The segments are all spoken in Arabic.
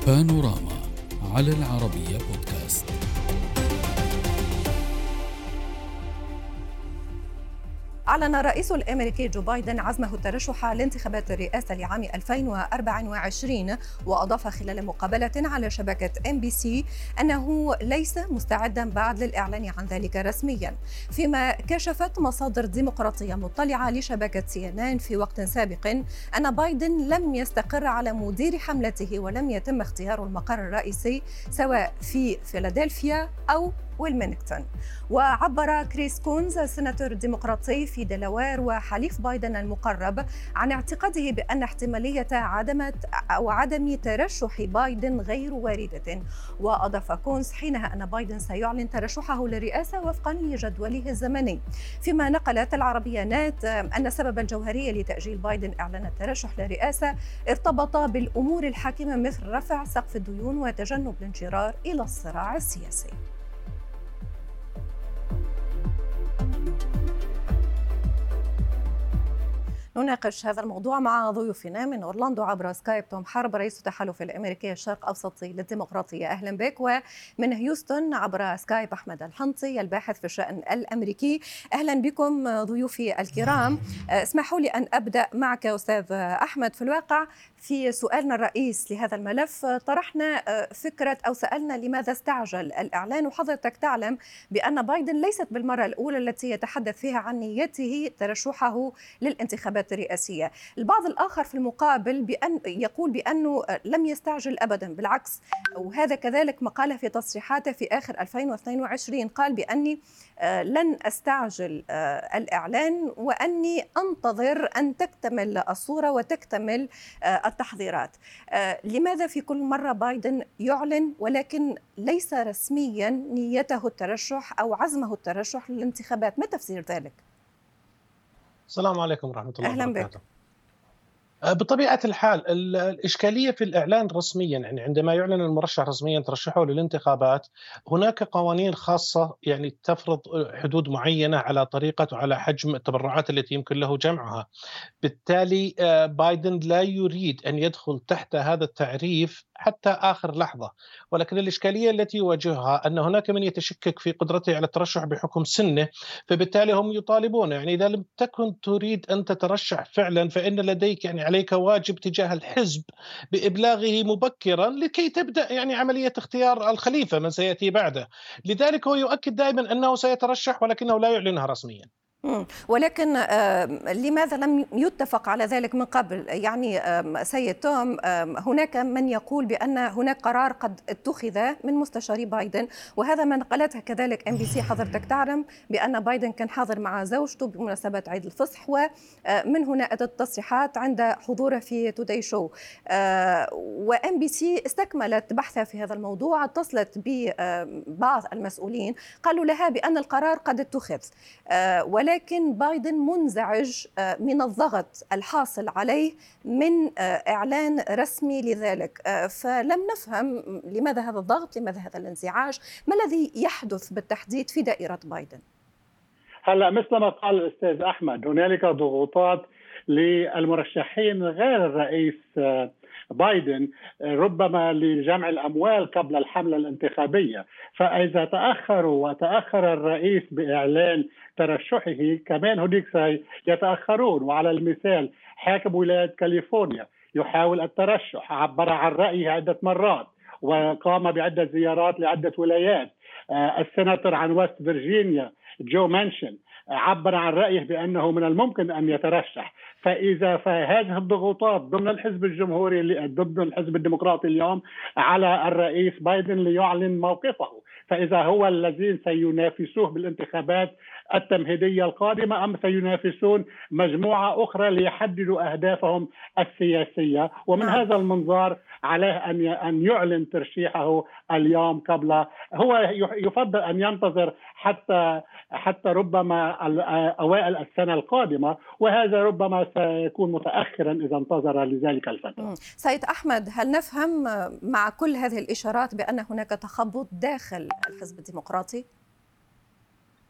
بانوراما على العربية بودكاست. أعلن الرئيس الأمريكي جو بايدن عزمه الترشح لانتخابات الرئاسة لعام 2024، وأضاف خلال مقابلة على شبكة NBC أنه ليس مستعدا بعد للإعلان عن ذلك رسميا، فيما كشفت مصادر ديمقراطية مطلعة لشبكة CNN في وقت سابق أن بايدن لم يستقر على مدير حملته ولم يتم اختيار المقر الرئيسي سواء في فيلادلفيا أو ويلمينغتون. وعبر كريس كونز السيناتور الديمقراطي في دلاوير وحليف بايدن المقرب عن اعتقاده بأن احتمالية عدم ترشح بايدن غير واردة. وأضاف كونز حينها أن بايدن سيعلن ترشحه للرئاسة وفقا لجدوله الزمني، فيما نقلت العربية نت أن السبب الجوهري لتأجيل بايدن إعلان الترشح للرئاسة ارتبط بالأمور الحاكمة مثل رفع سقف الديون وتجنب الانجرار إلى الصراع السياسي. نناقش هذا الموضوع مع ضيوفنا من أورلاندو عبر سكايب توم حرب رئيس التحالف الأمريكي الشرق أوسطي للديمقراطية، أهلا بك. ومن هيوستن عبر سكايب أحمد الحنطي الباحث في الشأن الأمريكي، أهلا بكم ضيوفي الكرام. اسمحوا لي أن أبدأ معك أستاذ أحمد. في الواقع في سؤالنا الرئيس لهذا الملف طرحنا فكرة أو سألنا لماذا استعجل الإعلان، وحضرتك تعلم بأن بايدن ليست بالمرة الأولى التي يتحدث فيها عن نيته ترشحه للانتخابات الرئاسية. البعض الآخر في المقابل يقول بأنه لم يستعجل أبدا، بالعكس، وهذا كذلك ما قاله في تصريحاته في آخر 2022، قال بأني لن أستعجل الإعلان وأني أنتظر أن تكتمل الصورة وتكتمل التحضيرات. لماذا في كل مرة بايدن يعلن ولكن ليس رسميا نيته الترشح أو عزمه الترشح للانتخابات؟ ما تفسير ذلك؟ السلام عليكم ورحمة الله وبركاته. أهلا بك. بطبيعة الحال الإشكالية في الإعلان رسميا، يعني عندما يعلن المرشح رسميا ترشحه للانتخابات، هناك قوانين خاصة يعني تفرض حدود معينة على طريقة وعلى حجم التبرعات التي يمكن له جمعها. بالتالي بايدن لا يريد أن يدخل تحت هذا التعريف حتى آخر لحظة، ولكن الإشكالية التي يواجهها أن هناك من يتشكك في قدرته على الترشح بحكم سنه، فبالتالي هم يطالبون يعني إذا لم تكن تريد أن تترشح فعلا فإن لديك يعني عليك واجب تجاه الحزب بإبلاغه مبكرا لكي تبدأ يعني عملية اختيار الخليفة من سيأتي بعده. لذلك هو يؤكد دائما أنه سيترشح ولكنه لا يعلنها رسميا. ولكن لماذا لم يتفق على ذلك من قبل؟ يعني سيد توم، هناك من يقول بأن هناك قرار قد اتخذ من مستشاري بايدن، وهذا ما نقلته كذلك NBC. حضرتك تعلم بأن بايدن كان حاضر مع زوجته بمناسبة عيد الفصح، ومن هنا أتت تصريحات عند حضوره في توداي شو. وNBC استكملت بحثها في هذا الموضوع، اتصلت ببعض المسؤولين قالوا لها بأن القرار قد اتخذ، ولكن بايدن منزعج من الضغط الحاصل عليه من إعلان رسمي لذلك. فلم نفهم لماذا هذا الضغط، لماذا هذا الانزعاج، ما الذي يحدث بالتحديد في دائرة بايدن؟ هلا مثل ما قال الأستاذ أحمد، هنالك ضغوطات للمرشحين غير الرئيس بايدن، ربما لجمع الأموال قبل الحملة الانتخابية. فإذا تأخروا وتأخر الرئيس بإعلان ترشحه، كمان هناك سيتأخرون. وعلى المثال حاكم ولاية كاليفورنيا يحاول الترشح، عبر عن رأيه عدة مرات وقام بعدة زيارات لعدة ولايات. السيناتور عن وست فيرجينيا جو مانشن عبر عن رأيه بأنه من الممكن أن يترشح. فهذه الضغوطات ضمن الحزب الجمهوري ضمن الحزب الديمقراطي اليوم على الرئيس بايدن ليعلن موقفه. فإذا هو الذين سينافسوه بالانتخابات التمهيدية القادمة أم سينافسون مجموعة أخرى ليحددوا أهدافهم السياسية. ومن هذا المنظار عليه أن يعلن ترشيحه اليوم قبل. هو يفضل أن ينتظر حتى ربما أوائل السنة القادمة، وهذا ربما سيكون متأخرا إذا انتظر لذلك الفترة. سيد أحمد، هل نفهم مع كل هذه الإشارات بأن هناك تخبط داخل الحزب الديمقراطي؟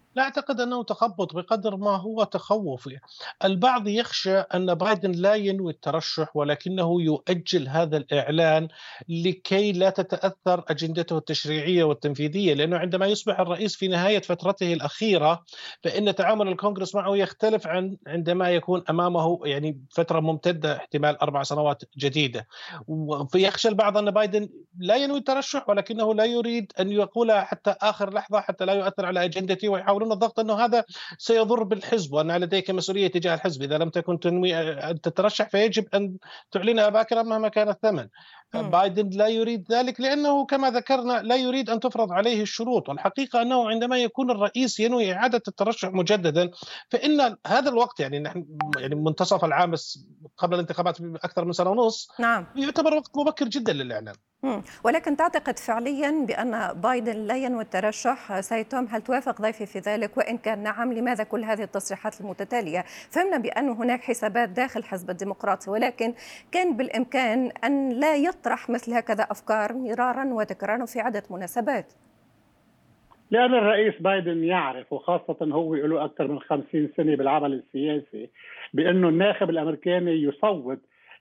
لا أعتقد أنه تخبط بقدر ما هو تخوف. البعض يخشى أن بايدن لا ينوي الترشح ولكنه يؤجل هذا الإعلان لكي لا تتأثر أجندته التشريعية والتنفيذية، لأنه عندما يصبح الرئيس في نهاية فترته الأخيرة فإن تعامل الكونغرس معه يختلف عن عندما يكون أمامه يعني فترة ممتدة احتمال 4 سنوات جديدة. فيخشى البعض أن بايدن لا ينوي الترشح ولكنه لا يريد أن يقولها حتى آخر لحظة حتى لا يؤثر على أجندته، ويحاولون الضغط أنه هذا سيضر بالحزب وأن لديك مسؤولية تجاه الحزب، إذا لم تكن تنوي أن تترشح فيجب أن تعلنها باكرا مهما كان الثمن. بايدن لا يريد ذلك لأنه كما ذكرنا لا يريد أن تفرض عليه الشروط، والحقيقة أنه عندما يكون الرئيس ينوي إعادة الترشح مجددا فإن هذا الوقت يعني نحن يعني منتصف العام قبل الانتخابات بأكثر من سنة ونص، نعم، يعتبر وقت مبكر جدا للإعلان. ولكن تعتقد فعليا بأن بايدن لا ينوي الترشح؟ سيد توم، هل توافق ضيفي في ذلك؟ وإن كان نعم، لماذا كل هذه التصريحات المتتالية؟ فهمنا بأن هناك حسابات داخل حزب الديمقراطي، ولكن كان بالإمكان أن لا يطرح مثل هكذا أفكار مرارا وتكرارا في عدة مناسبات. لأن الرئيس بايدن يعرف، وخاصة هو له أكثر من 50 سنة بالعمل السياسي، بأنه الناخب الأمريكاني يصوت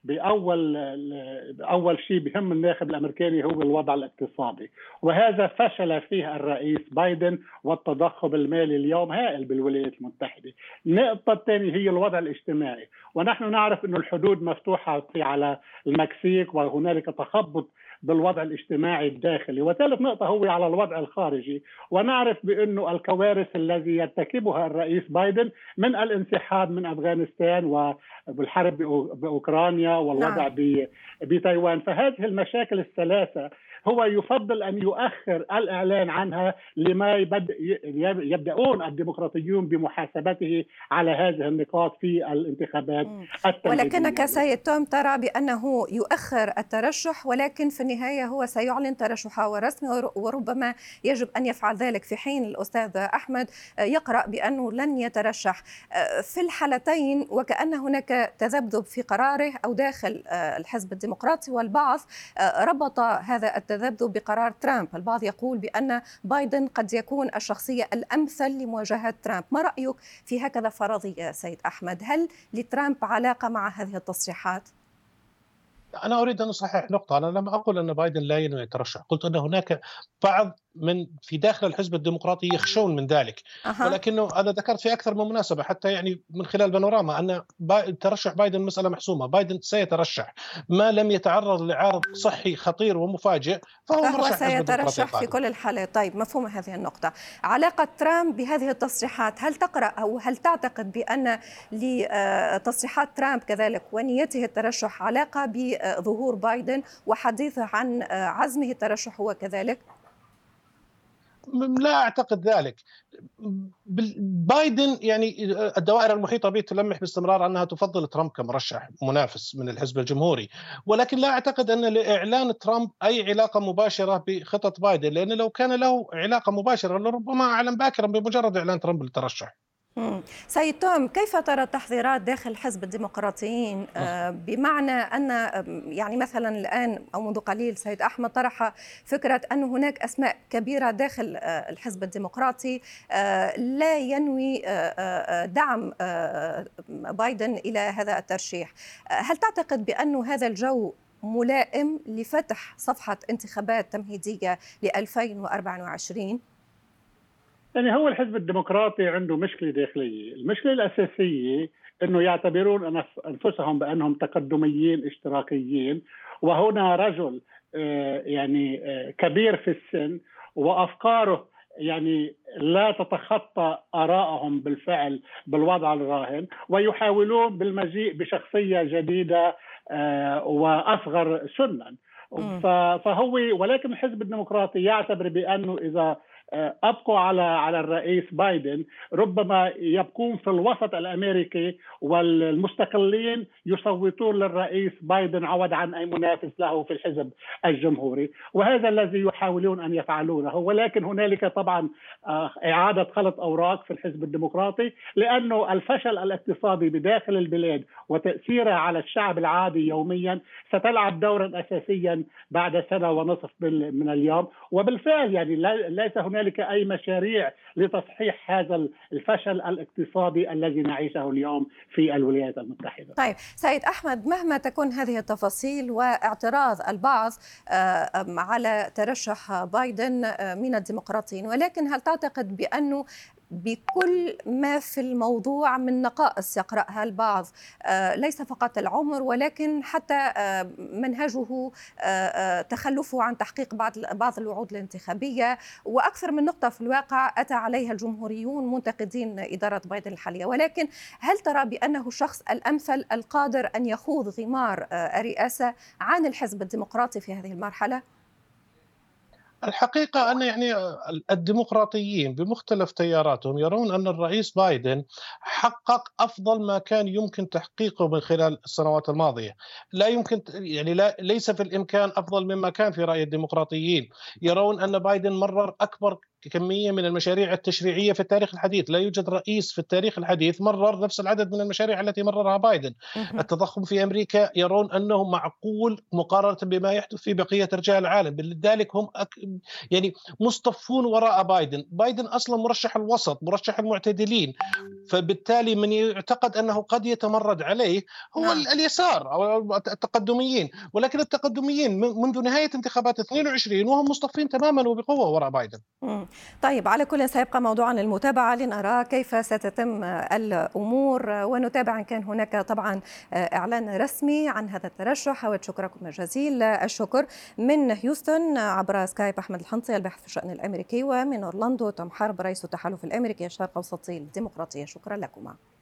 بأول شيء بهم الناخب الأمريكاني هو الوضع الاقتصادي، وهذا فشل فيه الرئيس بايدن، والتضخم المالي اليوم هائل بالولايات المتحدة. النقطة الثانية هي الوضع الاجتماعي، ونحن نعرف أن الحدود مفتوحة على المكسيك وهنالك تخبط بالوضع الاجتماعي الداخلي. وثالث نقطة هو على الوضع الخارجي، ونعرف بأنه الكوارث التي يرتكبها الرئيس بايدن من الانسحاب من أفغانستان والحرب بأوكرانيا والوضع بتايوان، فهذه المشاكل الثلاثة هو يفضل أن يؤخر الإعلان عنها لما يبدأون الديمقراطيون بمحاسبته على هذه النقاط في الانتخابات التنفيذية. ولكنك سيد توم ترى بأنه يؤخر الترشح، ولكن في النهاية هو سيعلن ترشحه رسمي، وربما يجب أن يفعل ذلك، في حين الأستاذ أحمد يقرأ بأنه لن يترشح. في الحالتين وكأن هناك تذبذب في قراره أو داخل الحزب الديمقراطي، والبعض ربط هذا التذبذب بقرار ترامب. البعض يقول بأن بايدن قد يكون الشخصية الأمثل لمواجهة ترامب. ما رأيك في هكذا فرضية سيد أحمد؟ هل لترامب علاقة مع هذه التصريحات؟ أنا أريد أن أصحح نقطة. أنا لم أقل أن بايدن لا ينوي الترشح، قلت أن هناك بعض من في داخل الحزب الديمقراطي يخشون من ذلك. ولكنه أنا ذكرت في أكثر من مناسبة حتى يعني من خلال بانوراما أن ترشح بايدن مسألة محسومة، بايدن سيترشح ما لم يتعرض لعارض صحي خطير ومفاجئ فهو سيترشح في كل الحالات. طيب، مفهوم هذه النقطة. علاقة ترامب بهذه التصريحات، هل تقرأ أو هل تعتقد بأن لتصريحات ترامب كذلك ونيته الترشح علاقة بظهور بايدن وحديثه عن عزمه الترشح هو كذلك؟ لا أعتقد ذلك. بايدن يعني الدوائر المحيطة به تلمح باستمرار أنها تفضل ترامب كمرشح منافس من الحزب الجمهوري، ولكن لا أعتقد أن لإعلان ترامب أي علاقة مباشرة بخطط بايدن، لأن لو كان له علاقة مباشرة لربما أعلن باكرا بمجرد إعلان ترامب للترشح. سيد توم، كيف ترى التحذيرات داخل حزب الديمقراطيين؟ بمعنى أن يعني مثلا الآن أو منذ قليل سيد أحمد طرح فكرة أن هناك أسماء كبيرة داخل الحزب الديمقراطي لا ينوي دعم بايدن إلى هذا الترشيح. هل تعتقد بأن هذا الجو ملائم لفتح صفحة انتخابات تمهيدية ل 2024؟ يعني هو الحزب الديمقراطي عنده مشكلة داخلية. المشكلة الأساسية أنه يعتبرون أنفسهم بأنهم تقدميين اشتراكيين، وهنا رجل يعني كبير في السن وأفكاره يعني لا تتخطى آراءهم بالفعل بالوضع الراهن، ويحاولون بالمجيء بشخصية جديدة وأصغر سنا. فهو ولكن الحزب الديمقراطي يعتبر بأنه إذا أبقوا على الرئيس بايدن ربما يبقون في الوسط الأمريكي، والمستقلين يصوتون للرئيس بايدن عوض عن أي منافس له في الحزب الجمهوري، وهذا الذي يحاولون أن يفعلونه. ولكن هنالك طبعا إعادة خلط أوراق في الحزب الديمقراطي، لأنه الفشل الاقتصادي بداخل البلاد وتأثيرها على الشعب العادي يوميا ستلعب دورا أساسيا بعد 1.5 سنة من اليوم. وبالفعل يعني ليس هناك هنالك أي مشاريع لتصحيح هذا الفشل الاقتصادي الذي نعيشه اليوم في الولايات المتحدة. طيب سيد أحمد، مهما تكون هذه التفاصيل واعتراض البعض على ترشح بايدن من الديمقراطيين، ولكن هل تعتقد بأنه بكل ما في الموضوع من نقائص يقرأها البعض، ليس فقط العمر ولكن حتى منهجه، تخلفه عن تحقيق بعض الوعود الانتخابية، وأكثر من نقطة في الواقع أتى عليها الجمهوريون منتقدين إدارة بايدن الحالية، ولكن هل ترى بأنه الشخص الأمثل القادر أن يخوض غمار الرئاسة عن الحزب الديمقراطي في هذه المرحلة؟ الحقيقة أن الديمقراطيين بمختلف تياراتهم يرون أن الرئيس بايدن حقق أفضل ما كان يمكن تحقيقه من خلال السنوات الماضية. لا يمكن ليس في الإمكان أفضل مما كان في رأي الديمقراطيين. يرون أن بايدن مرر أكبر كمية من المشاريع التشريعية في التاريخ الحديث. لا يوجد رئيس في التاريخ الحديث مرر نفس العدد من المشاريع التي مررها بايدن. التضخم في أمريكا يرون أنه معقول مقارنة بما يحدث في بقية أرجاء العالم، لذلك هم يعني مصطفون وراء بايدن. بايدن أصلا مرشح الوسط، مرشح المعتدلين، فبالتالي من يعتقد أنه قد يتمرد عليه هو اليسار أو التقدميين، ولكن التقدميين منذ نهاية انتخابات 22 وهم مصطفين تماما وبقوة وراء بايدن. طيب، على كل سيبقى موضوعا للمتابعة لنرى كيف ستتم الأمور، ونتابع إن كان هناك طبعا إعلان رسمي عن هذا الترشح. أود شكركم جزيل الشكر. من هيوستن عبر سكايب أحمد الحنطي الباحث في الشأن الأمريكي، ومن أورلاندو توم حرب رئيس التحالف الأمريكي الشرق أوسطي الديمقراطية. شكرا لكما.